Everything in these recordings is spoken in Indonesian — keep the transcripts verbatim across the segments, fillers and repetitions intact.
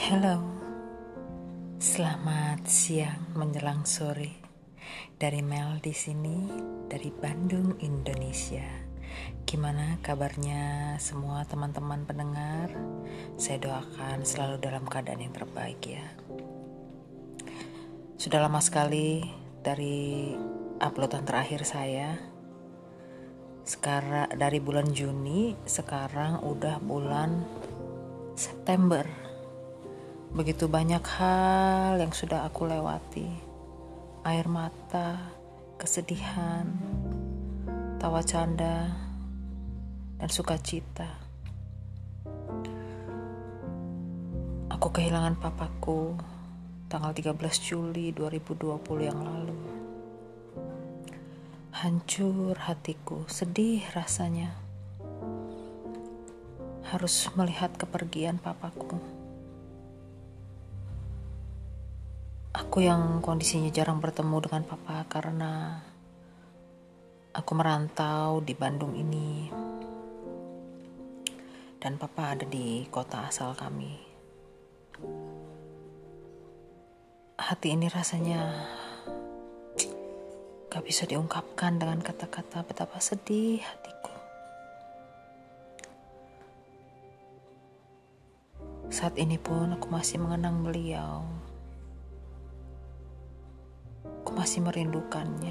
Halo, selamat siang menjelang sore. Dari Mel di sini, dari Bandung, Indonesia. Gimana kabarnya semua teman-teman pendengar? Saya doakan selalu dalam keadaan yang terbaik ya. Sudah lama sekali dari uploadan terakhir saya. Sekarang dari bulan Juni, sekarang udah bulan September. Begitu banyak hal yang sudah aku lewati. Air mata, kesedihan, tawa canda, dan sukacita. Aku kehilangan papaku tanggal tiga belas Juli dua ribu dua puluh yang lalu. Hancur hatiku, sedih rasanya harus melihat kepergian papaku. Aku yang kondisinya jarang bertemu dengan papa karena aku merantau di Bandung ini dan papa ada di kota asal kami. Hati ini rasanya gak bisa diungkapkan dengan kata-kata betapa sedih hatiku. Saat ini pun aku masih mengenang beliau. Aku masih merindukannya.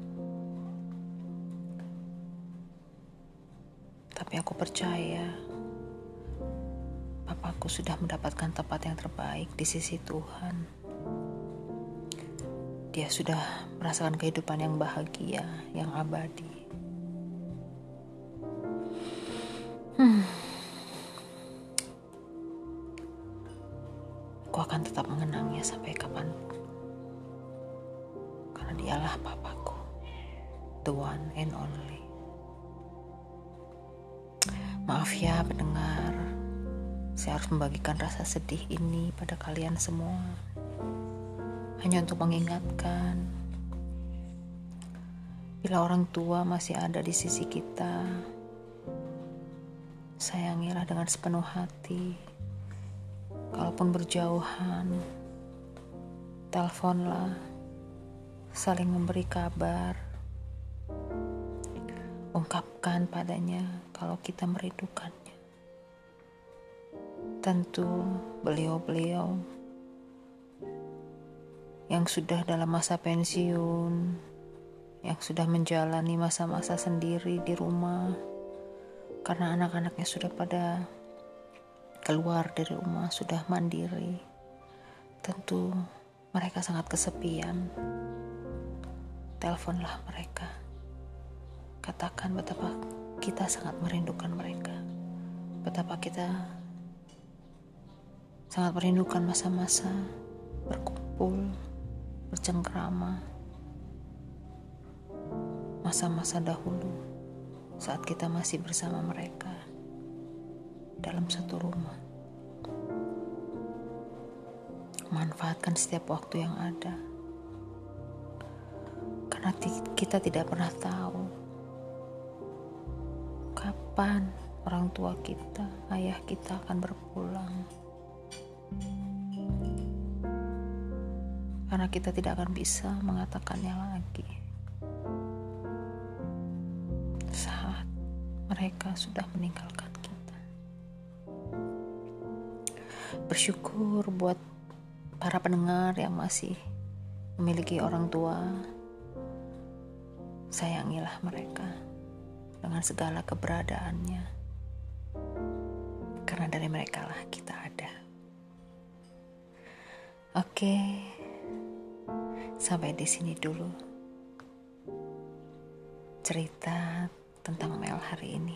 Tapi aku percaya papaku sudah mendapatkan tempat yang terbaik di sisi Tuhan. Dia sudah merasakan kehidupan yang bahagia, yang abadi. Hmm. Aku akan tetap mengenangnya sampai kapanpun. Karena dialah papaku, the one and only. Maaf ya pendengar, saya harus membagikan rasa sedih ini pada kalian semua. Hanya untuk mengingatkan, bila orang tua masih ada di sisi kita, sayangilah dengan sepenuh hati. Kalaupun berjauhan, teleponlah, saling memberi kabar, ungkapkan padanya kalau kita merindukannya. Tentu beliau-beliau yang sudah dalam masa pensiun, yang sudah menjalani masa-masa sendiri di rumah karena anak-anaknya sudah pada keluar dari rumah, sudah mandiri. Tentu mereka sangat kesepian. Teleponlah mereka. Katakan betapa kita sangat merindukan mereka. Betapa kita sangat merindukan masa-masa berkumpul, bercengkrama. Masa-masa dahulu saat kita masih bersama mereka dalam satu rumah. Manfaatkan setiap waktu yang ada. Karena kita tidak pernah tahu kapan orang tua kita, ayah kita akan berpulang. Karena kita tidak akan bisa mengatakannya lagi saat mereka sudah meninggalkan kita. Bersyukur buat para pendengar yang masih memiliki orang tua. Sayangilah mereka dengan segala keberadaannya, karena dari mereka lah kita ada. Oke, sampai di sini dulu cerita tentang Mel hari ini.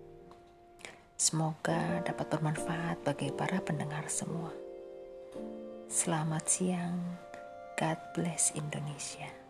Semoga dapat bermanfaat bagi para pendengar semua. Selamat siang, God bless Indonesia.